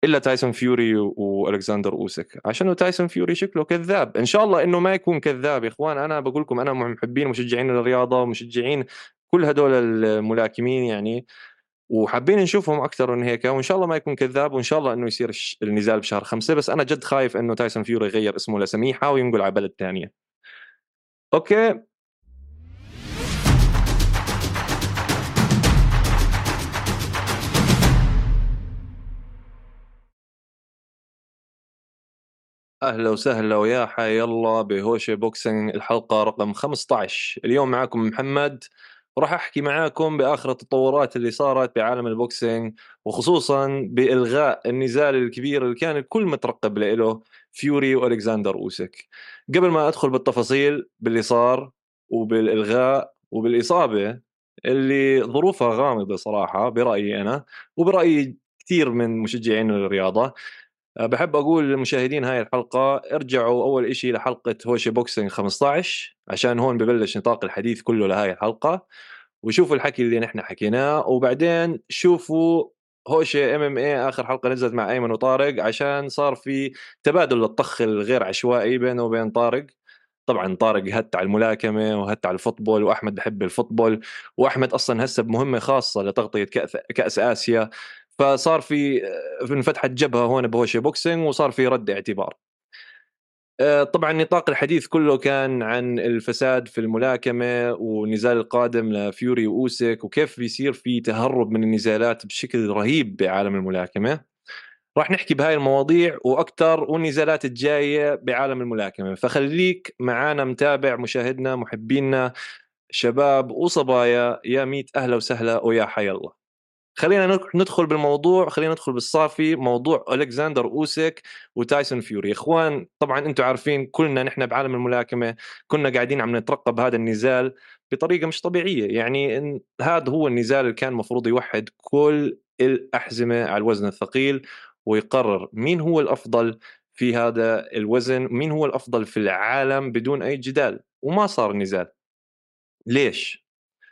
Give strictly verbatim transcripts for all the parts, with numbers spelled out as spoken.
الا تايسون فيوري و- والكسندر اوسك، عشان تايسون فيوري شكله كذاب. ان شاء الله انه ما يكون كذاب يا اخوان. انا بقول لكم انا محبين ومشجعين الرياضه ومشجعين كل هدول الملاكمين يعني، وحابين نشوفهم اكثر من هيك، وان شاء الله ما يكون كذاب، وان شاء الله انه يصير الش- النزال بشهر خمسة. بس انا جد خايف انه تايسون فيوري يغير اسمه لسميحه وينقل على بلد ثانيه. اوكي. اهلا وسهلا ويا حي الله بهوشة بوكسينج الحلقة رقم خمسة عشر. اليوم معكم محمد، وراح احكي معاكم باخر التطورات اللي صارت بعالم البوكسينج، وخصوصا بالغاء النزال الكبير اللي كان الكل مترقب له، فيوري والكسندر اوسك. قبل ما ادخل بالتفاصيل باللي صار وبالالغاء وبالاصابة اللي ظروفها غامضة صراحة برأيي انا وبرأيي كثير من مشجعين الرياضة، أه، بحب أقول للمشاهدين هاي الحلقة ارجعوا أول إشي لحلقة هوشي بوكسينج خمسة عشر، عشان هون ببلش نطاق الحديث كله لهاي الحلقة، وشوفوا الحكي اللي نحن حكيناه، وبعدين شوفوا هوشي ام ام اي آخر حلقة نزلت مع أيمن وطارق، عشان صار في تبادل للطخ الغير عشوائي بينه وبين طارق. طبعا طارق هت على الملاكمة وهت على الفوتبول، وأحمد بحب الفوتبول، وأحمد أصلا هسه بمهمة خاصة لتغطية كأس, كأس آسيا. فصار في في انفتحت جبهة هون بهوشي بوكسينج، وصار في رد اعتبار. آه، طبعا نطاق الحديث كله كان عن الفساد في الملاكمة والنزال القادم لفيوري وأوسك، وكيف بيصير في تهرب من النزالات بشكل رهيب بعالم الملاكمة. راح نحكي بهاي المواضيع وأكثر والنزالات الجاية بعالم الملاكمة، فخليك معانا متابع مشاهدنا محبينا شباب وصبايا، يا ميت أهلا وسهلا ويا حي الله. خلينا ندخ- ندخل بالموضوع، خلينا ندخل بالصافي، موضوع ألكسندر أوسك وتايسون فيوري. إخوان طبعا أنتم عارفين كلنا نحن بعالم الملاكمة كنا قاعدين عم نترقب هذا النزال بطريقة مش طبيعية. يعني إن هذا هو النزال اللي كان مفروض يوحد كل الأحزمة على الوزن الثقيل، ويقرر مين هو الأفضل في هذا الوزن، مين هو الأفضل في العالم بدون أي جدال. وما صار النزال. ليش؟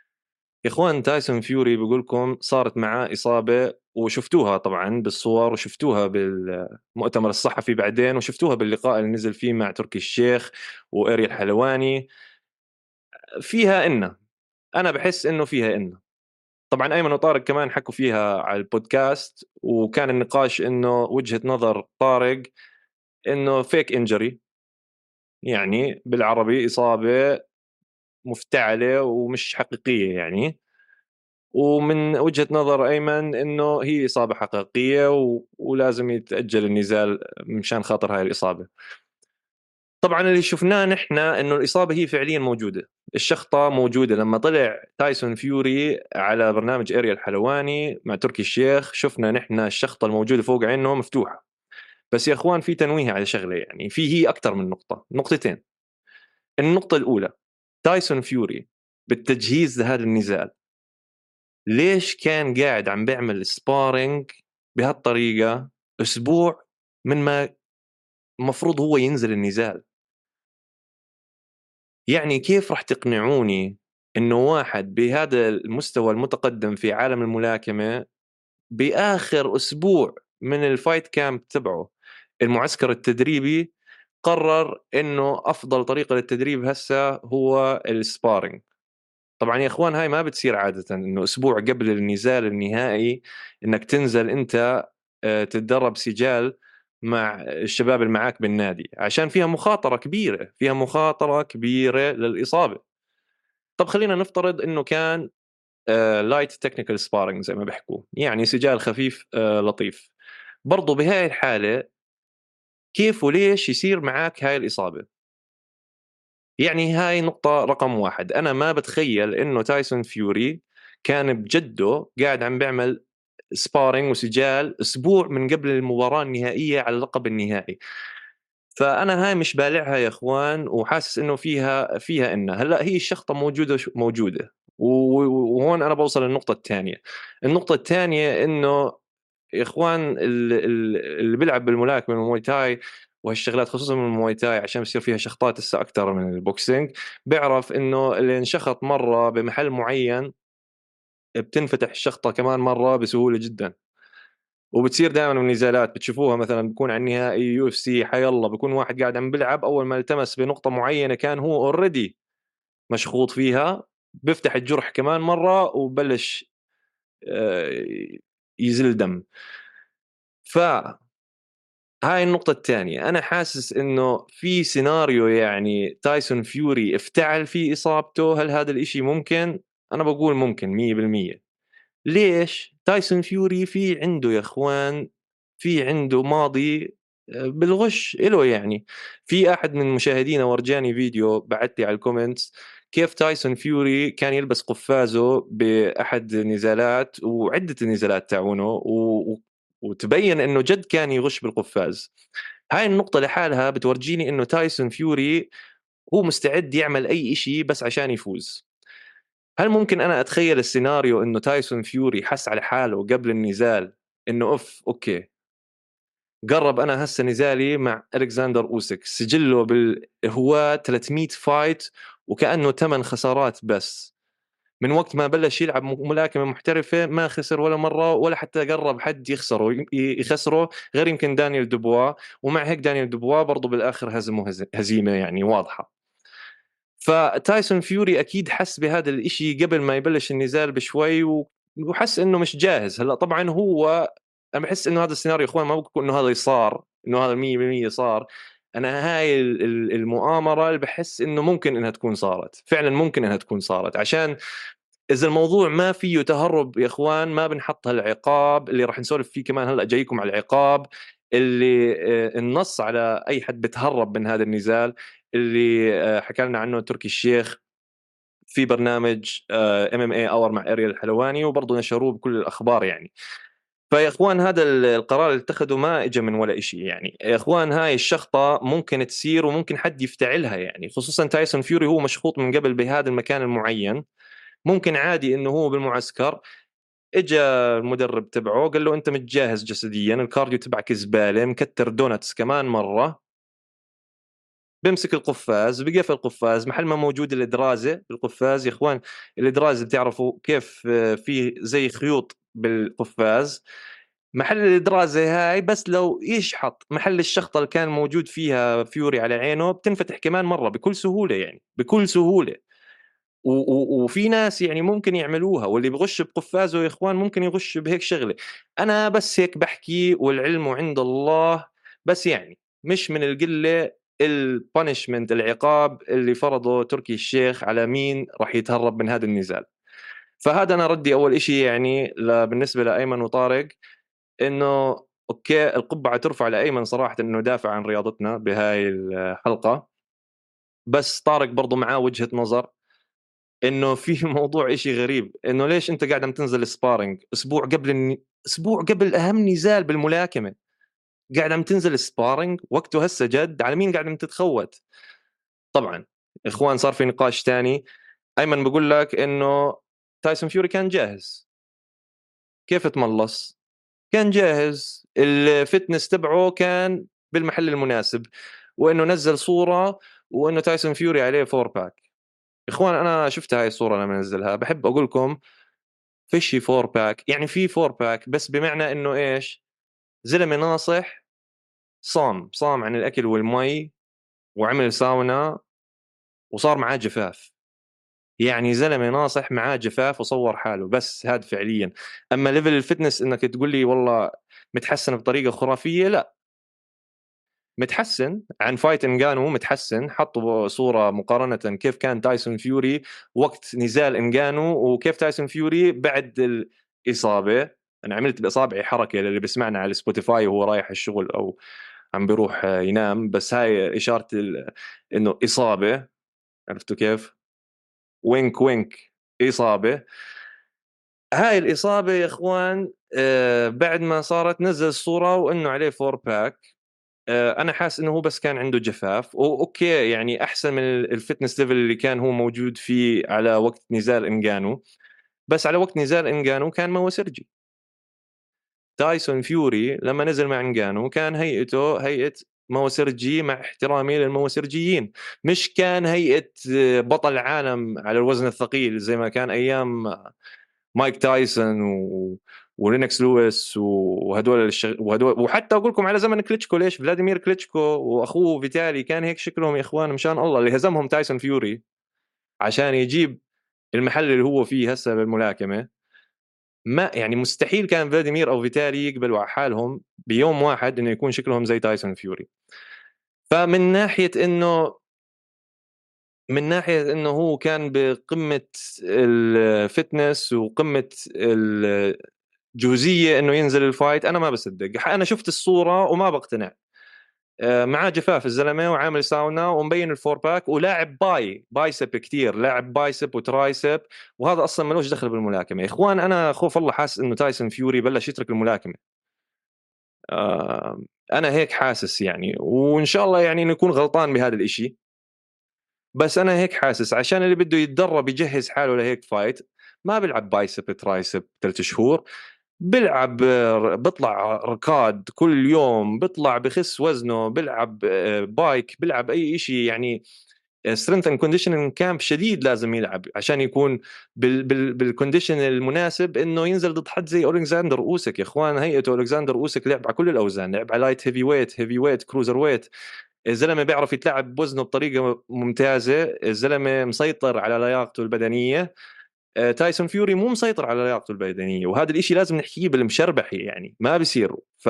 يا اخوان تايسون فيوري بيقول لكم صارت معاه إصابة، وشفتوها طبعا بالصور وشفتوها بالمؤتمر الصحفي بعدين، وشفتوها باللقاء اللي نزل فيه مع تركي الشيخ وإريل حلواني. فيها إنه أنا بحس إنه فيها إنه طبعا أيمن وطارق كمان حكوا فيها على البودكاست، وكان النقاش إنه وجهة نظر طارق إنه فيك إنجري، يعني بالعربي إصابة مفتعلة ومش حقيقية يعني. ومن وجهة نظر أيمن إنه هي إصابة حقيقية و... ولازم يتأجل النزال مشان خاطر هاي الإصابة. طبعا اللي شفناه نحن إنه الإصابة هي فعليا موجودة، الشخطة موجودة. لما طلع تايسون فيوري على برنامج إريال حلواني مع تركي الشيخ شفنا نحن الشخطة الموجودة فوق عينه مفتوحة. بس يا إخوان في تنويه على شغلة، يعني في هي أكثر من نقطة، نقطتين. النقطة الأولى، تايسون فيوري بالتجهيز لهذا النزال ليش كان قاعد عم بيعمل سبارينج بهالطريقة أسبوع من ما المفروض هو ينزل النزال؟ يعني كيف راح تقنعوني إنه واحد بهذا المستوى المتقدم في عالم الملاكمة بآخر أسبوع من الفايت كامب تبعه، المعسكر التدريبي، قرر إنه أفضل طريقة للتدريب هسه هو السبارينج؟ طبعا يا اخوان هاي ما بتصير عادة، انه اسبوع قبل النزال النهائي انك تنزل انت آه، تتدرب سجال مع الشباب اللي معاك بالنادي، عشان فيها مخاطرة كبيرة، فيها مخاطرة كبيرة للإصابة. طب خلينا نفترض انه كان لايت تكنيكال سبارينج زي ما بيحكوا، يعني سجال خفيف آه، لطيف. برضو بهاي الحالة كيف وليش يصير معاك هاي الإصابة؟ يعني هاي نقطة رقم واحد. أنا ما بتخيل إنه تايسون فيوري كان بجده قاعد عم بيعمل سبارينج وسجال أسبوع من قبل المباراة النهائية على اللقب النهائي. فأنا هاي مش بالعها يا إخوان، وحاسس إنه فيها فيها إنه هلا هي الشخطة موجودة موجودة. و- وهون أنا بوصل للنقطة الثانية. النقطة الثانية إنه يا اخوان ال- ال- اللي بيلعب بالملاكمه المواي تاي وهالشغلات، خصوصا من المواي تاي عشان بصير فيها شخطات هسه اكثر من البوكسينج، بيعرف انه اللي انشخط مره بمحل معين بتنفتح الشخطه كمان مره بسهوله جدا. وبتصير دائما النزالات بتشوفوها مثلا بكون على النهائي يو اف سي حيالله بكون واحد قاعد عم بلعب، اول ما التمس بنقطه معينه كان هو اوريدي مشخوط فيها، بيفتح الجرح كمان مره وبلش آه، يزل دم. فهاي النقطة الثانية، أنا حاسس إنه في سيناريو يعني تايسون فيوري افتعل فيه إصابته، هل هذا الإشي ممكن؟ أنا بقول ممكن مية بالمية. ليش؟ تايسون فيوري في عنده يا اخوان، في عنده ماضي آه، بالغش إله يعني. في أحد من مشاهدينا ورجاني فيديو بعت لي على الكومنتس كيف تايسون فيوري كان يلبس قفازه بأحد النزالات وعدة النزالات تاعونه و... وتبين انه جد كان يغش بالقفاز. هاي النقطة لحالها بتورجيني انه تايسون فيوري هو مستعد يعمل اي اشي بس عشان يفوز. هل ممكن انا اتخيل السيناريو انه تايسون فيوري حس على حاله قبل النزال انه اوف اوكي، قرب انا هسه نزالي مع الكسندر اوسك، سجله بالهواة ثلاثمية فايت وكانه ثمان خسارات بس، من وقت ما بلش يلعب ملاكمه محترفه ما خسر ولا مره ولا حتى قرب حد يخسره يخسره غير يمكن دانيال دوبوا، ومع هيك دانيال دوبوا برضه بالاخر هزمه هزيمه يعني واضحه. فتايسون فيوري اكيد حس بهذا الاشي قبل ما يبلش النزال بشوي و- وحس انه مش جاهز. هلا طبعا هو انا بحس انه هذا السيناريو اخوان ما بقول انه هذا صار، انه هذا مية بالمية صار. انا هاي ال- ال- المؤامره اللي بحس انه ممكن انها تكون صارت فعلا، ممكن انها تكون صارت، عشان اذا الموضوع ما فيه تهرب يا اخوان ما بنحط هالعقاب اللي راح نسولف فيه كمان هلا جايكم على العقاب اللي آه، النص على اي حد بتهرب من هذا النزال، اللي آه، حكى لنا عنه تركي الشيخ في برنامج ام ام اي اور مع اريال الحلواني، وبرضه نشروه بكل الاخبار يعني. فيا اخوان هذا القرار اللي اتخذه ما اجى من ولا شيء يعني، يا اخوان هاي الشخطه ممكن تصير وممكن حد يفتعلها يعني، خصوصا تايسون فيوري هو مشخوط من قبل بهذا المكان المعين. ممكن عادي انه هو بالمعسكر اجى المدرب تبعه قال له انت متجهز جسديا، الكارديو تبعك زباله، مكتر دونتس كمان مره، بيمسك القفاز بقفل القفاز محل ما موجود الادرازه بالقفاز يا اخوان. الادرازه بتعرفوا كيف آه، في زي خيوط بالقفاز، محل الادرازه هاي بس لو يشحط محل الشخطه اللي كان موجود فيها فيوري على عينه بتنفتح كمان مره بكل سهوله يعني بكل سهوله. و- و- وفي ناس يعني ممكن يعملوها، واللي بغش بقفازه يا اخوان ممكن يغش بهيك شغله. انا بس هيك بحكي والعلم عند الله، بس يعني مش من القله البانشمنت العقاب اللي فرضه تركي الشيخ على مين راح يتهرب من هذا النزال. فهذا انا ردي اول إشي يعني ل- بالنسبه لايمن وطارق، انه اوكي القبعه ترفع لايمن صراحه انه دافع عن رياضتنا بهاي الحلقه، بس طارق برضو معاه وجهه نظر انه في موضوع اشي غريب، انه ليش انت قاعد عم تنزل سبارينج اسبوع قبل الني... اسبوع قبل اهم نزال بالملاكمه، قاعد عم تنزل سبارينج وقته هسه جد، على مين قاعد عم تتخوت؟ طبعا اخوان صار في نقاش تاني، ايمن بقول لك انه تايسون فيوري كان جاهز. كيف تملص؟ كان جاهز، الفتنس تبعه كان بالمحل المناسب، وانه نزل صوره وانه تايسون فيوري عليه فور باك. اخوان انا شفت هاي الصوره لما نزلها، بحب اقول لكم فيش فور باك، يعني في فور باك بس بمعنى انه ايش؟ زلمه ناصح، صام صام عن الاكل والمي وعمل ساونا وصار معاه جفاف، يعني زلمه ناصح معاه جفاف وصور حاله، بس هذا فعليا. اما ليفل الفتنس انك تقول لي والله متحسن بطريقه خرافيه، لا، متحسن عن فايت انجانو، متحسن. حطوا صورة مقارنة كيف كان تايسون فيوري وقت نزال انجانو وكيف تايسون فيوري بعد الإصابة. أنا عملت بإصابعي حركة للي بسمعنا على سبوتيفاي وهو رايح الشغل أو عم بيروح ينام، بس هاي إشارة ال... إنه إصابة، عرفتوا كيف؟ وينك وينك، إصابة. هاي الإصابة يا إخوان آه بعد ما صارت نزل الصورة وإنه عليه فور باك. آه، انا حاسس انه هو بس كان عنده جفاف، واوكي يعني احسن من الفتنس ليفل اللي كان هو موجود فيه على وقت نزال انجانو. بس على وقت نزال انجانو كان موسرجي. تايسون فيوري لما نزل مع انجانو كان هيئته هيئة موسرجي، مع احترامي للموسرجيين، مش كان هيئة آه، بطل عالم على الوزن الثقيل زي ما كان ايام مايك تايسون و... ولينكس لويس وهدول الشغ... وهدول وحتى اقول لكم على زمن كليتشكو، ليش فلاديمير كليتشكو واخوه فيتالي كان هيك شكلهم يا اخوان مشان الله، اللي هزمهم تايسون فيوري عشان يجيب المحل اللي هو فيه هسه بالملاكمه. ما يعني مستحيل كان فلاديمير او فيتالي يقبلوا على حالهم بيوم واحد انه يكون شكلهم زي تايسون فيوري. فمن ناحيه انه من ناحيه انه هو كان بقمه الفتنس وقمه الجوزيه انه ينزل الفايت، انا ما بصدق. انا شفت الصوره وما بقتنع. معاه جفاف الزلمه وعامل ساونا ومبين الفور باك ولاعب باي بايسب كتير، لاعب بايسب وترايسب، وهذا اصلا ملوش دخل بالملاكمه يا اخوان. انا خوف الله حاسس انه تايسون فيوري بلش يترك الملاكمه. آه انا هيك حاسس يعني، وان شاء الله يعني نكون غلطان بهذا الاشي، بس انا هيك حاسس عشان اللي بده يتدرب يجهز حاله لهيك فايت ما بيلعب بايسب ترايسب ثلاث شهور، بلعب بيطلع ركاد كل يوم، بيطلع بخس وزنه، بلعب بايك، بلعب اي شيء يعني. سترينث اند كونديشننج كامب شديد لازم يلعب عشان يكون بال بال بالكونديشن المناسب انه ينزل ضد حد زي اولكساندر اوسك. يا اخوان هيئته اولكساندر اوسك لعب على كل الاوزان، لعب على لايت هيفي ويت، هيفي ويت، كروزر ويت. الزلمه بيعرف يتلعب بوزنه بطريقه ممتازه، الزلمه مسيطر على لياقته البدنيه. تايسون فيوري مو مسيطر على لياقته البدنيه، وهذا الاشي لازم نحكيه بالمشربحي يعني ما بيصير. ف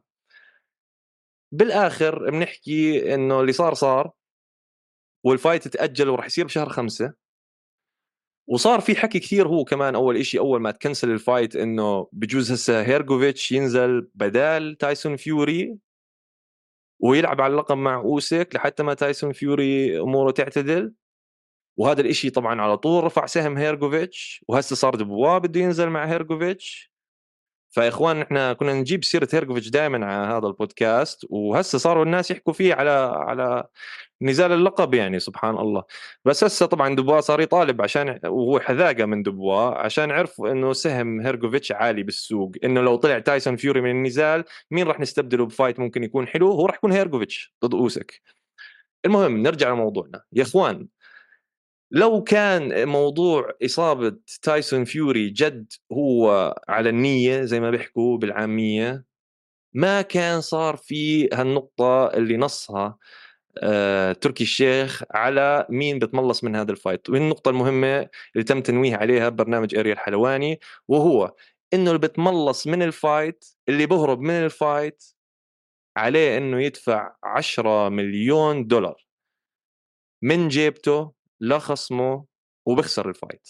بالاخر بنحكي انه اللي صار صار، والفايت تاجل وراح يصير بشهر خمسة. وصار في حكي كثير هو كمان اول إشي اول ما تكنسل الفايت انه بجوز هسه هيرجوفيتش ينزل بدال تايسون فيوري ويلعب على اللقب مع اوسك لحتى ما تايسون فيوري اموره تعتدل. وهذا الإشي طبعا على طول رفع سهم هيرجوفيتش، وهسه صار دبوا بده ينزل مع هيرجوفيتش. فيا اخوان احنا كنا نجيب سيره هيرجوفيتش دائما على هذا البودكاست، وهسه صاروا الناس يحكوا فيه على على نزال اللقب يعني سبحان الله. بس هسه طبعا دبوا صار يطالب عشان، وهو حذاقه من دبوا عشان عرفوا انه سهم هيرجوفيتش عالي بالسوق، انه لو طلع تايسون فيوري من النزال مين راح نستبدله بفايت ممكن يكون حلو؟ هو راح يكون هيرجوفيتش ضد اوسك. المهم نرجع لموضوعنا يا اخوان. لو كان موضوع إصابة تايسون فيوري جد هو على النية زي ما بيحكوا بالعامية، ما كان صار في هالنقطة اللي نصها آه، تركي الشيخ على مين بتملص من هذا الفايت. وهي النقطة المهمة اللي تم تنويه عليها ببرنامج أريال حلواني، وهو إنه اللي بتملص من الفايت، اللي بهرب من الفايت، عليه إنه يدفع عشرة مليون دولار من جيبته لخصمه وبخسر الفايت.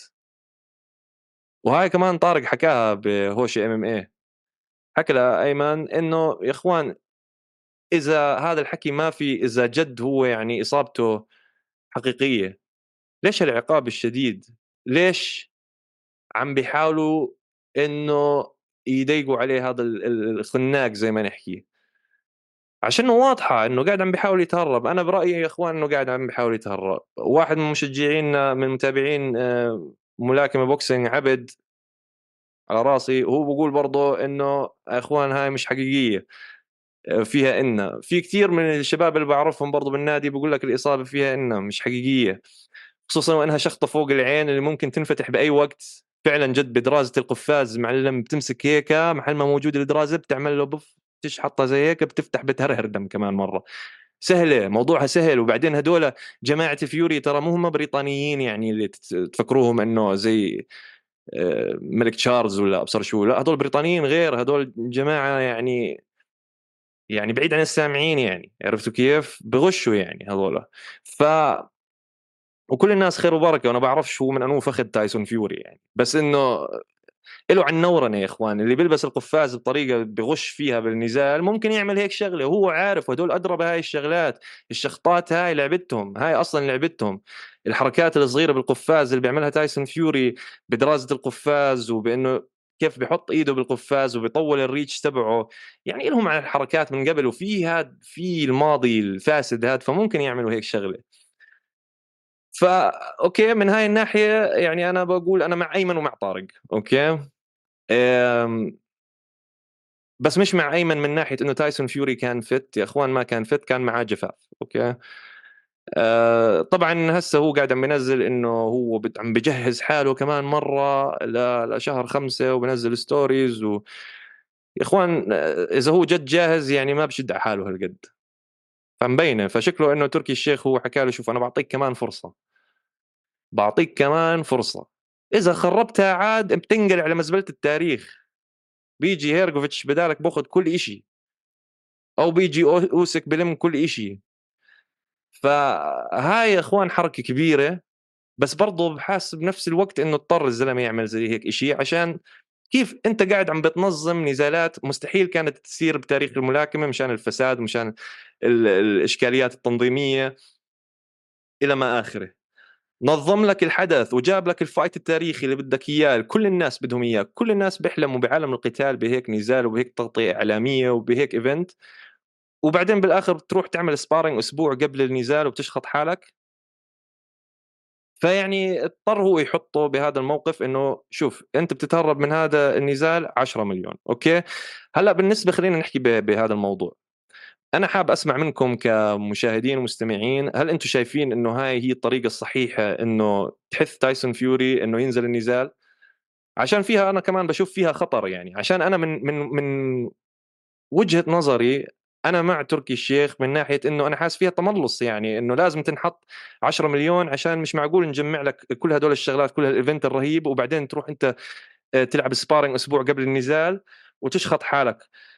وهاي كمان طارق حكاها بهوشي ام ام اي، حكى لايمن انه يا اخوان اذا هذا الحكي ما في، اذا جد هو يعني اصابته حقيقيه، ليش العقاب الشديد؟ ليش عم بيحاولوا انه يضيقوا عليه هذا الخناق زي ما نحكي؟ عشانه واضحه انه قاعد عم بيحاول يتهرب. انا برايي يا اخوان انه قاعد عم بيحاول يتهرب. واحد من مشجعينا من متابعين آه، ملاكمه بوكسينج، عبد على راسي، هو بقول برضه انه يا اخوان هاي مش حقيقيه، فيها إن في كثير من الشباب اللي بعرفهم برضه بالنادي بقول لك الإصابة فيها إن مش حقيقية، خصوصا وإنها شخطة فوق العين اللي ممكن تنفتح بأي وقت. فعلا جد بدرازة القفاز معلم بتمسك هيك محل ما موجود الدرازة بتعمل له بف تشحطها زي هيك بتفتح بتهرهر دم كمان مرة. سهلة، موضوعها سهل. وبعدين هدول جماعة فيوري ترى مو هم بريطانيين يعني اللي تفكروهم إنه زي آه، ملك تشارلز ولا أبصر شو، لا هدول بريطانيين غير، هدول جماعة يعني يعني بعيد عن السامعين يعني، عرفتوا كيف بغشوا يعني هذولا. ف وكل الناس خير وبركه، وانا بعرفش هو من انو فخذ تايسون فيوري يعني، بس انه له عن نورنا يا اخوان. اللي بيلبس القفاز بطريقه بغش فيها بالنزال ممكن يعمل هيك شغله وهو عارف، وهدول ادرى بهاي الشغلات. الشخطات هاي لعبتهم، هاي اصلا لعبتهم. الحركات الصغيره بالقفاز اللي بيعملها تايسون فيوري بدراسه القفاز، وبانه كيف بيحط ايده بالقفاز وبيطول الريتش تبعه، يعني لهم على الحركات من قبل، وفي هاد في الماضي الفاسد هاد، فممكن يعملوا هيك شغله. فا اوكي من هاي الناحيه يعني انا بقول انا مع ايمن ومع طارق. اوكي أم... بس مش مع ايمن من ناحيه انه تايسون فيوري كان فت يا اخوان، ما كان فت، كان معاه جفاف. اوكي آه طبعا هسه هو قاعد عم بينزل انه هو بت- عم بجهز حاله كمان مرة ل- لشهر خمسة، وبنزل ستوريز و... يا اخوان، آه، اذا هو جد جاهز يعني ما بشد على حاله هالقد، فمبينه. فشكله انه تركي الشيخ هو حكى له شوف انا بعطيك كمان فرصة، بعطيك كمان فرصة، اذا خربتها عاد بتنقل على مزبلة التاريخ. بيجي هيرجوفيتش بدالك باخذ كل إشي، او بيجي أو- اوسك بلم كل إشي. فهاي يا اخوان حركة كبيرة، بس برضه بحس بنفس الوقت انه اضطر الزلمه يعمل زي هيك شيء، عشان كيف انت قاعد عم بتنظم نزالات مستحيل كانت تصير بتاريخ الملاكمه مشان الفساد ومشان ال- الاشكاليات التنظيميه الى ما اخره. نظم لك الحدث وجاب لك الفايت التاريخي اللي بدك اياه، كل الناس بدهم اياه، كل الناس بيحلموا بعالم القتال بهيك نزال وبهيك تغطيه اعلاميه وبهيك ايفنت، وبعدين بالاخر بتروح تعمل سبارينج اسبوع قبل النزال وبتشخط حالك. فيعني اضطر هو يحطه بهذا الموقف انه شوف انت بتتهرب من هذا النزال عشرة مليون. اوكي، هلا بالنسبه خلينا نحكي ب- بهذا الموضوع. انا حاب اسمع منكم كمشاهدين ومستمعين، هل انتم شايفين انه هاي هي الطريقه الصحيحه انه تحث تايسون فيوري انه ينزل النزال؟ عشان فيها انا كمان بشوف فيها خطر، يعني عشان انا من من من وجهة نظري أنا مع تركي الشيخ من ناحية إنه أنا حاسس فيها تملص، يعني إنه لازم تنحط عشرة مليون، عشان مش معقول نجمع لك كل هدول الشغلات كل هالإيفنت الرهيب وبعدين تروح أنت آه، تلعب سبارينج أسبوع قبل النزال وتشخط حالك.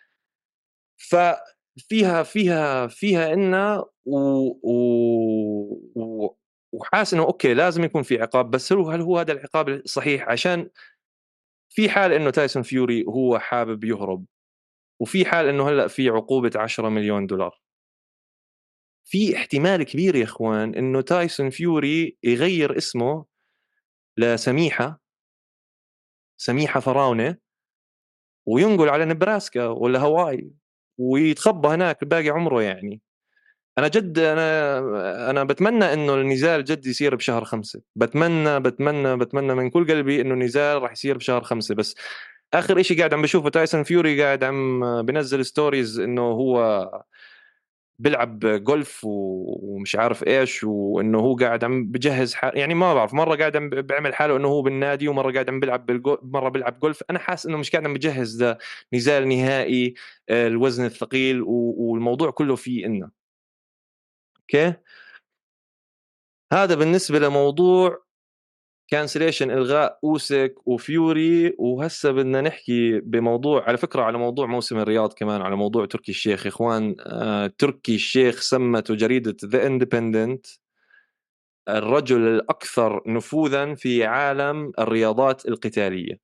ففيها فيها فيها إنه و... و... و... وحاسس إنه أوكي لازم يكون في عقاب، بس هل هو هل هو هذا العقاب الصحيح؟ عشان في حال إنه تايسون فيوري هو حابب يهرب، وفي حال إنه هلأ في عقوبة عشرة مليون دولار، في احتمال كبير يا اخوان انه تايسون فيوري يغير اسمه لسميحه، سميحه فراونه، وينقل على نبراسكا ولا هاواي ويتخبى هناك باقي عمره. يعني انا جد انا انا بتمنى انه النزال جد يصير بشهر خمسة، بتمنى بتمنى بتمنى من كل قلبي انه النزال راح يصير بشهر خمسة. بس اخر اشي قاعد عم بشوفه تايسون فيوري قاعد عم بنزل ستوريز انه هو بيلعب جولف و- ومش عارف ايش، وانه هو قاعد عم بجهز حال، يعني ما بعرف، مره قاعد عم بيعمل حاله انه هو بالنادي، ومره قاعد عم بيلعب بالجو... مره بيلعب جولف. انا حاسس انه مش قاعد عم بجهز لنزال نهائي آه، الوزن الثقيل و... والموضوع كله فيه انه اوكي. هذا بالنسبه لموضوع كانسليشن، الغاء اوسك وفيوري. وهسه بدنا نحكي بموضوع، على فكره على موضوع موسم الرياض كمان، على موضوع تركي الشيخ يا اخوان. آه، تركي الشيخ سمته جريده ذا اندبندنت الرجل الأكثر نفوذا في عالم الرياضات القتالية.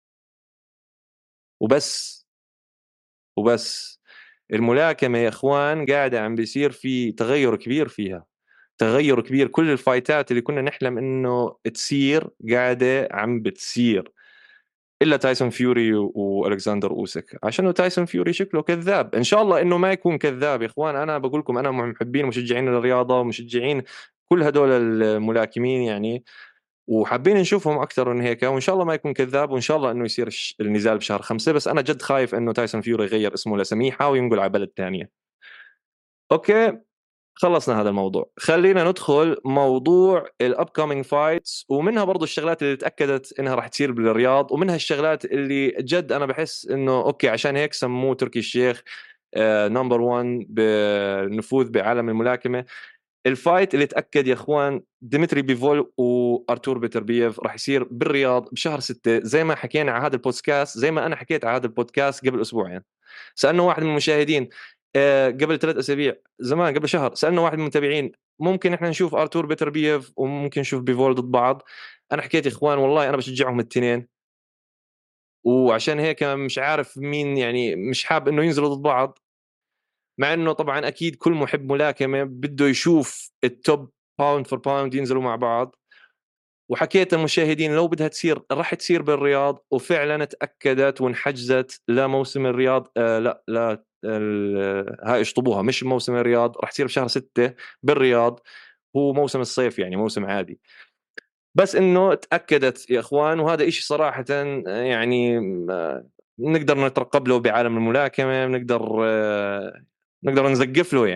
وبس وبس الملاكمة يا إخوان قاعدة عم بيصير في تغير كبير فيها، تغير كبير. كل الفايتات اللي كنا نحلم إنه تصير قاعدة عم بتصير، إلا تايسون فيوري و- وألكسندر أوسك. عشان تايسون فيوري شكله كذاب، إن شاء الله إنه ما يكون كذاب يا إخوان. أنا بقول لكم أنا محبين ومشجعين للرياضة ومشجعين كل هدول الملاكمين يعني، وحابين نشوفهم اكثر من هيك، وان شاء الله ما يكون كذاب، وان شاء الله انه يصير الش- النزال بشهر خمسة. بس انا جد خايف انه تايسون فيوري يغير اسمه لسميحة وينقل على بلد ثانية. اوكي، خلصنا هذا الموضوع. خلينا ندخل موضوع الابكامينج فايتس، ومنها برضو الشغلات اللي تاكدت انها راح تصير بالرياض، ومنها الشغلات اللي جد انا بحس انه اوكي عشان هيك سموه تركي الشيخ نمبر واحد بنفوذ بعالم الملاكمة. الفايت اللي تأكد يا اخوان، ديمتري بيفول وارتور بيتربييف راح يصير بالرياض بشهر ستة، زي ما حكينا على هذا البودكاست، زي ما انا حكيت على هذا البودكاست قبل اسبوعين. سألنا واحد من المشاهدين آه، قبل ثلاث اسابيع، زمان قبل شهر، سألنا واحد من المتابعين ممكن احنا نشوف ارتور بيتربييف وممكن نشوف بيفول ضد بعض. انا حكيت يا اخوان والله انا بشجعهم الاثنين، وعشان هيك مش عارف مين يعني مش حاب انه ينزلوا ضد بعض، مع انه طبعا اكيد كل محب ملاكمه بده يشوف التوب باوند فور باوند ينزلوا مع بعض. وحكيت المشاهدين لو بدها تصير راح تصير بالرياض، وفعلا تاكدت وانحجزت لموسم الرياض. آه لا لا ال- هاي اشطبوها، مش موسم الرياض، راح تصير بشهر ستة بالرياض. هو موسم الصيف يعني موسم عادي، بس انه تاكدت يا اخوان. وهذا إشي صراحه آه، يعني آه، نقدر نترقب له بعالم الملاكمه، نقدر آه، نقدر نزقف له يعني.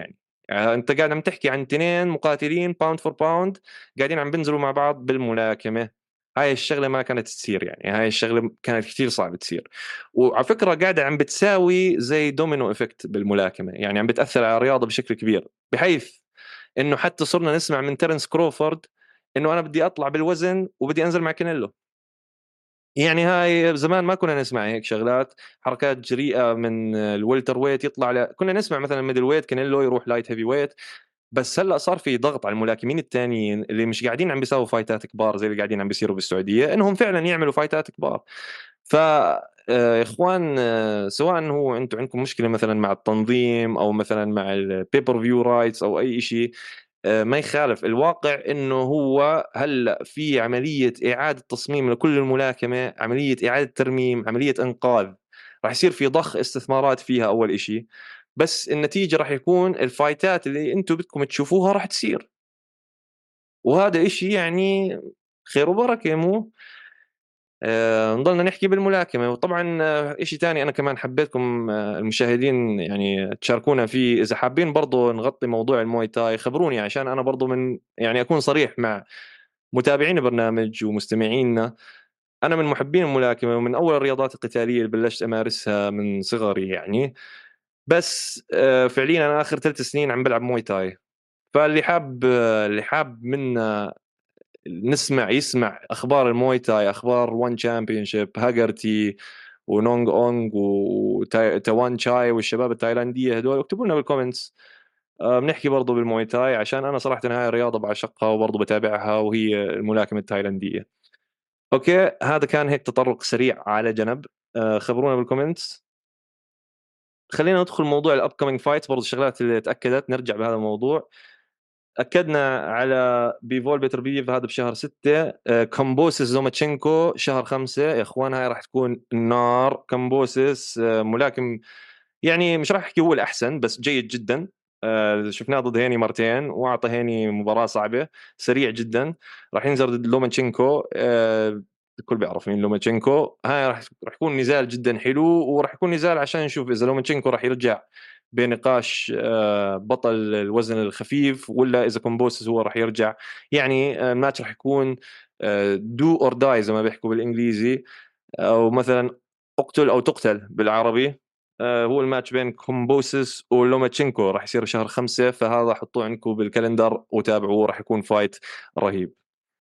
يعني انت قاعد عم تحكي عن اثنين مقاتلين باوند فور باوند قاعدين عم بينزلوا مع بعض بالملاكمه. هاي الشغله ما كانت تصير، يعني هاي الشغله كانت كثير صعبه تصير. وعلى فكره قاعده عم بتساوي زي دومينو افكت بالملاكمه، يعني عم بتاثر على الرياضه بشكل كبير، بحيث انه حتى صرنا نسمع من تيرنس كروفورد انه انا بدي اطلع بالوزن وبدي انزل مع كانيلو. يعني هاي زمان ما كنا نسمع هيك شغلات، حركات جريئه من الولتر ويت يطلع ل... كنا نسمع مثلا ميدل ويت كانيلو يروح لايت هيفي ويت. بس هلا صار في ضغط على الملاكمين الثانيين اللي مش قاعدين عم بيساووا فايتات كبار زي اللي قاعدين عم بيصيروا بالسعوديه، انهم فعلا يعملوا فايتات كبار. ف آه، يا اخوان، آه، سواء هو انتم عندكم مشكله مثلا مع التنظيم او مثلا مع البيبر فيو رايتس او اي شيء، آه، ما يخالف الواقع انه هو هلا في عمليه اعاده تصميم لكل الملاكمه، عمليه اعاده ترميم، عمليه انقاذ. راح يصير في ضخ استثمارات فيها اول شيء، بس النتيجه راح يكون الفايتات اللي انتم بدكم تشوفوها راح تصير. وهذا إشي يعني خير وبركه، مو آه، نضلنا نحكي بالملاكمة. وطبعا آه، إشي تاني أنا كمان حبيتكم آه، المشاهدين يعني تشاركونا فيه، إذا حابين برضو نغطي موضوع الموي تاي خبروني، عشان أنا برضو من يعني أكون صريح مع متابعين البرنامج ومستمعينا. أنا من محبين الملاكمة، ومن أول الرياضات القتالية اللي بلشت أمارسها من صغري يعني. بس آه، فعليا أنا آخر ثلاث سنين عم بلعب موي تاي. فاللي حاب آه، اللي حاب منا نسمع يسمع اخبار الموي تاي، اخبار وان تشامبيونشيب، هاجرتي ونونغ اونغ وتوان تشاي والشباب التايلانديه هدول، اكتبوا لنا بالكومنتس. آه، بنحكي برضو بالموي تاي، عشان انا صراحه هاي الرياضه بعشقها وبرضو بتابعها، وهي الملاكمه التايلانديه. اوكي، هذا كان هيك تطرق سريع على جنب. آه، خبرونا بالكومنتس. خلينا ندخل موضوع الاب كومينج فايتس، برضو الشغلات اللي تاكدت نرجع بهذا الموضوع. اكدنا على بيفول بيتر بيف هذا بشهر ستة. آه، كامبوسيس زوماتشينكو شهر خمسة. يا اخوان هاي راح تكون النار. كامبوسيس آه، ملاكم، يعني مش راح احكي هو الاحسن بس جيد جدا. آه، شفناه ضد هيني مرتين واعطى هيني مباراة صعبة. سريع جدا. راح ينزل ضد لوماتشينكو. آه، الكل بيعرف مين لوماتشينكو. هاي راح راح يكون نزال جدا حلو، وراح يكون نزال عشان نشوف اذا لوماتشينكو راح يرجع بنقاش آه، بطل الوزن الخفيف، ولا اذا كومبوسس هو راح يرجع. يعني آه، الماتش راح يكون دو اور داي زي ما بيحكوا بالانجليزي، او مثلا اقتل او تقتل بالعربي. آه، هو الماتش بين كومبوسس ولوماتشينكو راح يصير شهر خمسة، فهذا حطوه عندكم بالكالندر وتابعوه، راح يكون فايت رهيب.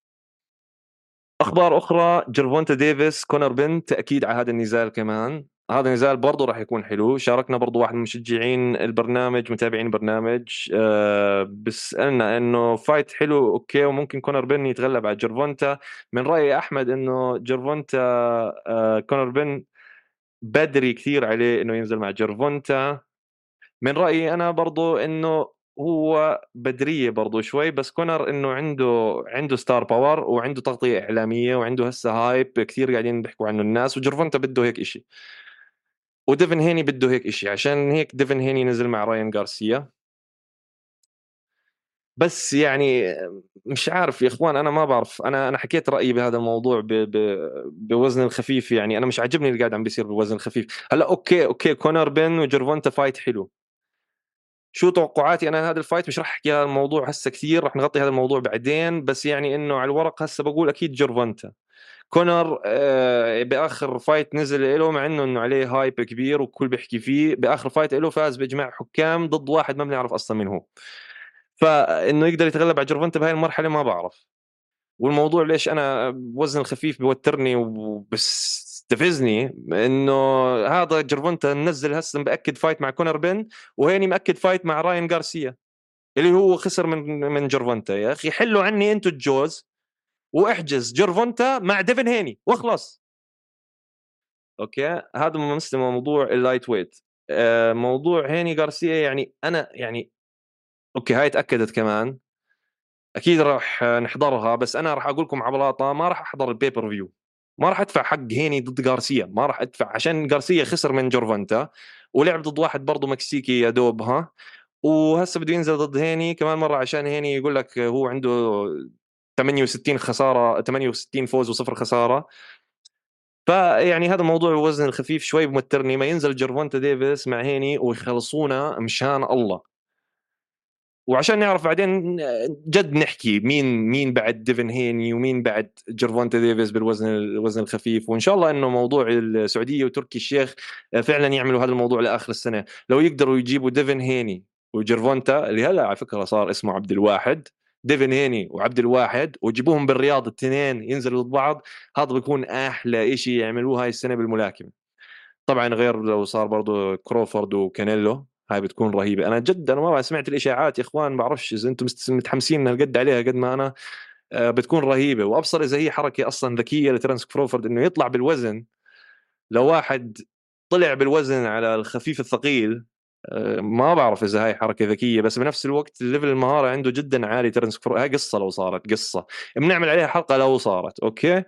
اخبار اخرى، جيرفونتا ديفيس كونر بن، تاكيد على هذا النزال كمان. هذا النزال برضه راح يكون حلو. شاركنا برضه واحد من مشجعين البرنامج، متابعين البرنامج، أه بسألنا انه فايت حلو اوكي وممكن كونر بن يتغلب على جيرفونتا. من رأيي احمد انه جيرفونتا، أه كونر بن بدري كثير عليه انه ينزل مع جيرفونتا. من رأيي أنا برضو إنه هو بدرية برضو شوي، بس كونر إنه عنده عنده ستار باور وعنده تغطية إعلامية وعنده هسه هايب كثير قاعدين بيحكوا عنه الناس، وجرفونتا بده هيك إشي، وديفن هيني بده هيك إشي، عشان هيك ديفن هيني نزل مع راين غارسيا. بس يعني مش عارف يا اخوان، انا ما بعرف. انا انا حكيت رايي بهذا الموضوع ب... ب... بوزن الخفيف. يعني انا مش عاجبني اللي قاعد عم بيصير بوزن الخفيف هلا. اوكي اوكي كونر بين وجرفونتا فايت حلو. شو توقعاتي انا هذا الفايت؟ مش راح احكي هذا الموضوع هسه كثير، راح نغطي هذا الموضوع بعدين. بس يعني انه على الورق هسه بقول اكيد جيرفونتا. كونر آه باخر فايت نزل له، مع انه انه عليه هايب كبير والكل بيحكي فيه، باخر فايت له فاز باجماع حكام ضد واحد ما بنعرف اصلا من هو. فانه يقدر يتغلب على جيرفونتا بهاي المرحله ما بعرف. والموضوع ليش انا بوزن الخفيف بوترني وبستفزني انه هذا جيرفونتا نزل هسه مأكد فايت مع كونر بن، وهيني مأكد فايت مع راين غارسيا اللي هو خسر من من جيرفونتا. يا اخي حلوا عني انتو الجوز، واحجز جيرفونتا مع ديفن هيني واخلص. اوكي، هذا ممثل موضوع اللايت ويت. آه، موضوع هيني غارسيا يعني انا يعني اوكي هاي تاكدت كمان، اكيد راح نحضرها. بس انا راح اقول لكم على بلاطه، ما راح احضر البيبر فيو. ما راح ادفع حق هيني ضد غارسيا، ما راح ادفع عشان غارسيا خسر من جورفانتا ولعب ضد واحد برضه مكسيكي يا دوب ها. وهسه بده ينزل ضد هيني كمان مره، عشان هيني يقول لك هو عنده ثمانية وستين خساره، ثمانية وستين فوز وصفر خساره. فيعني هذا موضوع الوزن الخفيف شوي بمترني. ما ينزل جيرفونتا ديفيس مع هيني ويخلصونا مشان الله. وعشان نعرف بعدين جد نحكي مين مين بعد ديفن هيني ومين بعد جيرفونتا ديفيس بالوزن الوزن الخفيف. وان شاء الله انه موضوع السعوديه وتركي الشيخ فعلا يعملوا هذا الموضوع لاخر السنه. لو يقدروا يجيبوا ديفن هيني وجيرفونتا اللي هلا على فكره صار اسمه عبد الواحد، ديفن هيني وعبد الواحد، وجيبوهم بالرياض الاثنين ينزلوا ضد بعض، هذا بيكون احلى شيء يعملوه هاي السنه بالملاكمه. طبعا غير لو صار برضو كروفورد وكانيلو، هاي بتكون رهيبه. انا جدا ما سمعت الاشاعات يا اخوان، بعرفش اذا انتم متحمسين هالقد عليها قد ما انا. آه، بتكون رهيبه، وابصر اذا هي حركه اصلا ذكيه لترنس كروفورد انه يطلع بالوزن. لو واحد طلع بالوزن على الخفيف الثقيل، آه، ما بعرف اذا هاي حركه ذكيه، بس بنفس الوقت الليفل المهاره عنده جدا عالي ترنس كروفورد. هاي قصه لو صارت، قصه بنعمل عليها حلقه لو صارت. اوكي،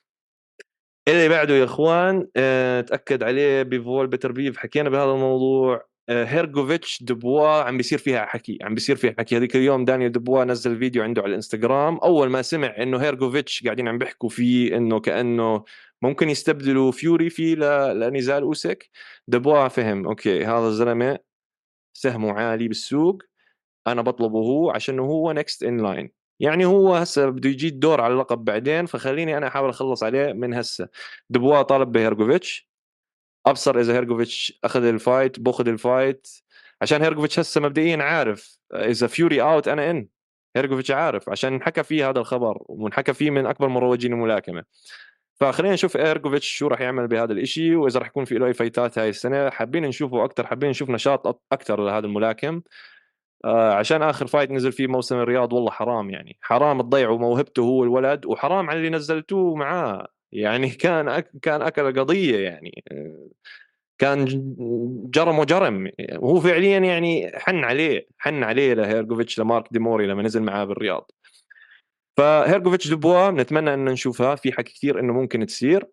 اللي بعده يا اخوان اه تاكد عليه بيفول بيتر بيف، حكينا بهذا الموضوع. اه هيرجوفيتش دبوا عم بيصير فيها حكي، عم بيصير فيها حكي. هذيك اليوم دانيال دبوا نزل فيديو عنده على الانستغرام، اول ما سمع انه هيرجوفيتش قاعدين عم بيحكوا فيه انه كانه ممكن يستبدلوا فيوري فيه لنزال اوسك، دبوا فهم اوكي هذا الزلمه سهمه عالي بالسوق، انا بطلبه هو عشان هو نكست ان لاين. يعني هو هسه بده يجي الدور على اللقب بعدين، فخليني انا احاول اخلص عليه من هسه. دبوا طالب بهيرجوفيتش، ابصر اذا هيرجوفيتش اخذ الفايت باخذ الفايت، عشان هيرجوفيتش هسه مبدئيا عارف اذا فيوري اوت انا ان. هيرجوفيتش عارف عشان انحكى فيه هذا الخبر، وانحكى فيه من اكبر مروجين الملاكمه. فخلينا نشوف هيرجوفيتش شو راح يعمل بهذا الاشي، واذا راح يكون في له اي فايتات هاي السنه. حابين نشوفه اكثر، حابين نشوف نشاط اكثر لهذا الملاكم. آه عشان اخر فايت نزل فيه موسم الرياض، والله حرام يعني، حرام تضيعوا موهبته هو الولد، وحرام على اللي نزلتوه معاه يعني. كان أك كان اكل قضيه يعني، آه، كان جرم وجرم. وهو فعليا يعني حن عليه، حن عليه لهيرجوفيتش لمارك ديموري لما نزل معاه بالرياض. فهيرجوفيتش دبوا نتمنى ان نشوفها في حكي كثير انه ممكن تصير.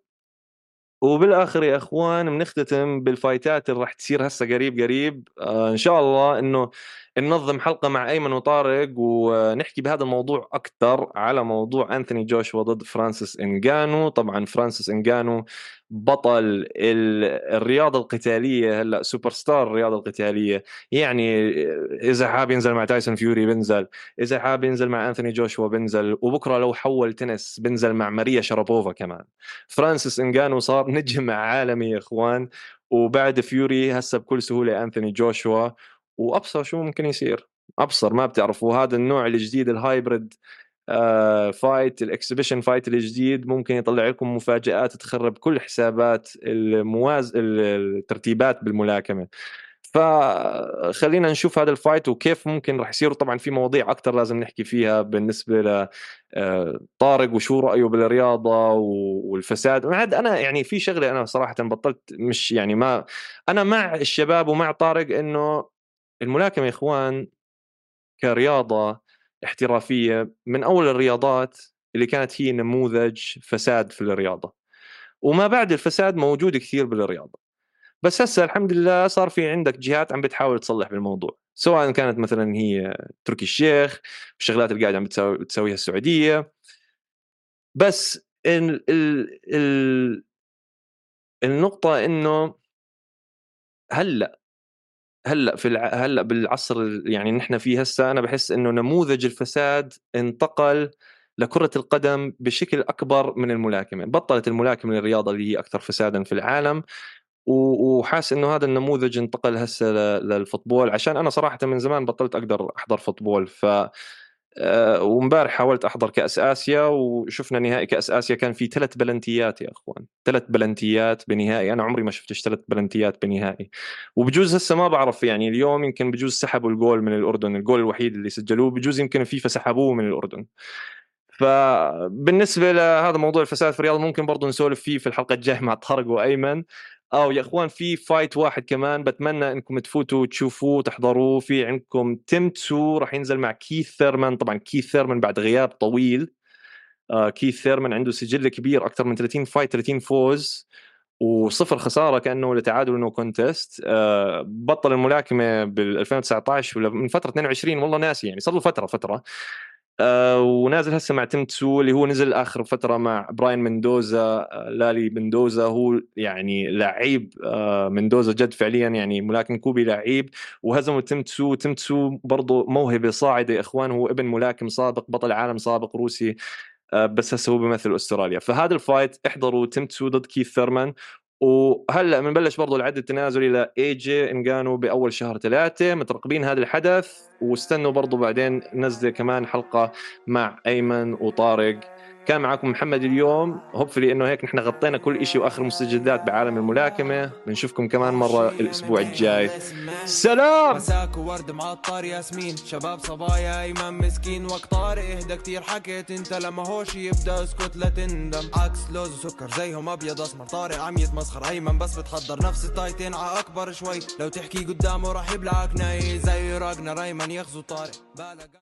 وبالاخر يا اخوان بنختتم بالفايتات اللي راح تصير هسه قريب قريب. آه ان شاء الله انه ننظم حلقه مع ايمن وطارق ونحكي بهذا الموضوع اكثر، على موضوع انثوني جوشوا ضد فرانسيس انغانو. طبعا فرانسيس انغانو بطل ال- الرياضه القتاليه، هلا سوبر ستار الرياضه القتاليه يعني. اذا حاب ينزل مع تايسون فيوري بنزل، اذا حاب ينزل مع انثوني جوشوا بنزل، وبكره لو حول تنس بنزل مع ماريا شرابوفا كمان. فرانسيس انغانو صار نجم عالمي يا اخوان، وبعد فيوري هسه بكل سهوله انثوني جوشوا. وابصر شو ممكن يصير، ابصر ما بتعرفوا هذا النوع الجديد الهايبرد آه فايت، الاكسبيشن فايت الجديد ممكن يطلع لكم مفاجآت تخرب كل حسابات المواز الترتيبات بالملاكمه. فخلينا نشوف هذا الفايت وكيف ممكن راح يصير. طبعا في مواضيع اكثر لازم نحكي فيها بالنسبه ل آه، طارق وشو رايه بالرياضه والفساد. ما عاد انا يعني في شغله انا صراحه بطلت، مش يعني ما انا مع الشباب ومع طارق انه الملاكمه يا اخوان كرياضه احترافيه من اول الرياضات اللي كانت هي نموذج فساد في الرياضه، وما بعد الفساد موجود كثير بالرياضه. بس هسه الحمد لله صار في عندك جهات عم بتحاول تصلح بالموضوع، سواء كانت مثلا هي تركي الشيخ والشغلات اللي قاعد عم بتسوي بتسويها السعوديه. بس ال ال ال النقطه انه هلا هلا في الع... هلا بالعصر ال- يعني نحن فيه هسه، انا بحس انه نموذج الفساد انتقل لكرة القدم بشكل اكبر من الملاكمه. بطلت الملاكمه الرياضه اللي هي اكثر فسادا في العالم، و- وحاس انه هذا النموذج انتقل هسه ل- للفوتبول. عشان انا صراحه من زمان بطلت اقدر احضر فوتبول. ف آه، ومبارح حاولت احضر كاس اسيا، وشفنا نهائي كاس اسيا كان في ثلاث بلنتيات يا اخوان، ثلاث بلنتيات بنهائي. انا عمري ما شفتش ثلاث بلنتيات بنهائي. وبجوز هسه ما بعرف يعني اليوم يمكن بجوز سحبوا الجول من الاردن، الجول الوحيد اللي سجلوه بجوز يمكن فيفا سحبوه من الاردن. فبالنسبه لهذا موضوع الفساد في الرياضه ممكن برضه نسولف فيه في الحلقه الجايه مع طارق وايمن. او يا اخوان في فايت واحد كمان بتمنى انكم تفوتوا تشوفوه تحضروه، في عندكم تيم تسو راح ينزل مع كيث ثيرمان. طبعا كيث ثيرمان بعد غياب طويل، آه كيث ثيرمان عنده سجل كبير، اكثر من ثلاثين فايت، ثلاثين فوز وصفر خساره، كانه لتعادل انه كونتست. آه بطل الملاكمه بال ألفين وتسعة عشر ولا من فتره اثنين وعشرين، والله ناسي يعني، صار له فتره فتره. آه ونازل هسه مع تيم تسو اللي هو نزل اخر فتره مع براين مندوزا. آه لالي مندوزا هو يعني لعيب. آه مندوزا جد فعليا يعني ملاكم كوبي لعيب، وهزموا تيم تسو. تيم تسو برضه موهبه صاعده يا اخوان، هو ابن ملاكم سابق، بطل عالم سابق روسي. آه، بس هسه هو بيمثل استراليا. فهذا الفايت احضروا تيم تسو ضد كيث ثيرمان. وهلا بنبلش برضه العد التنازلي لاي جي انجانو باول شهر ثلاثة. مترقبين هذا الحدث، واستنوا برضه بعدين نزله كمان حلقه مع ايمن وطارق. كان معكم محمد اليوم، هوبفلي انه هيك نحن غطينا كل شيء واخر مستجدات بعالم الملاكمه. بنشوفكم كمان مره الاسبوع الجاي. سلام. مساك وورد معطر ياسمين، شباب صبايا ايمن مسكين وقت طارق اهدى كتير حكيت انت لما هوش يبدا اسكت لا تندم. عكس لوز وسكر زيهم ابيض اسمر، طارق عم يتمسخر ايمن بس بتحضر نفس التايتين ع اكبر شوي، لو تحكي قدامه راح يبلعك ناي زي راجنا ايمن يغزو طارق.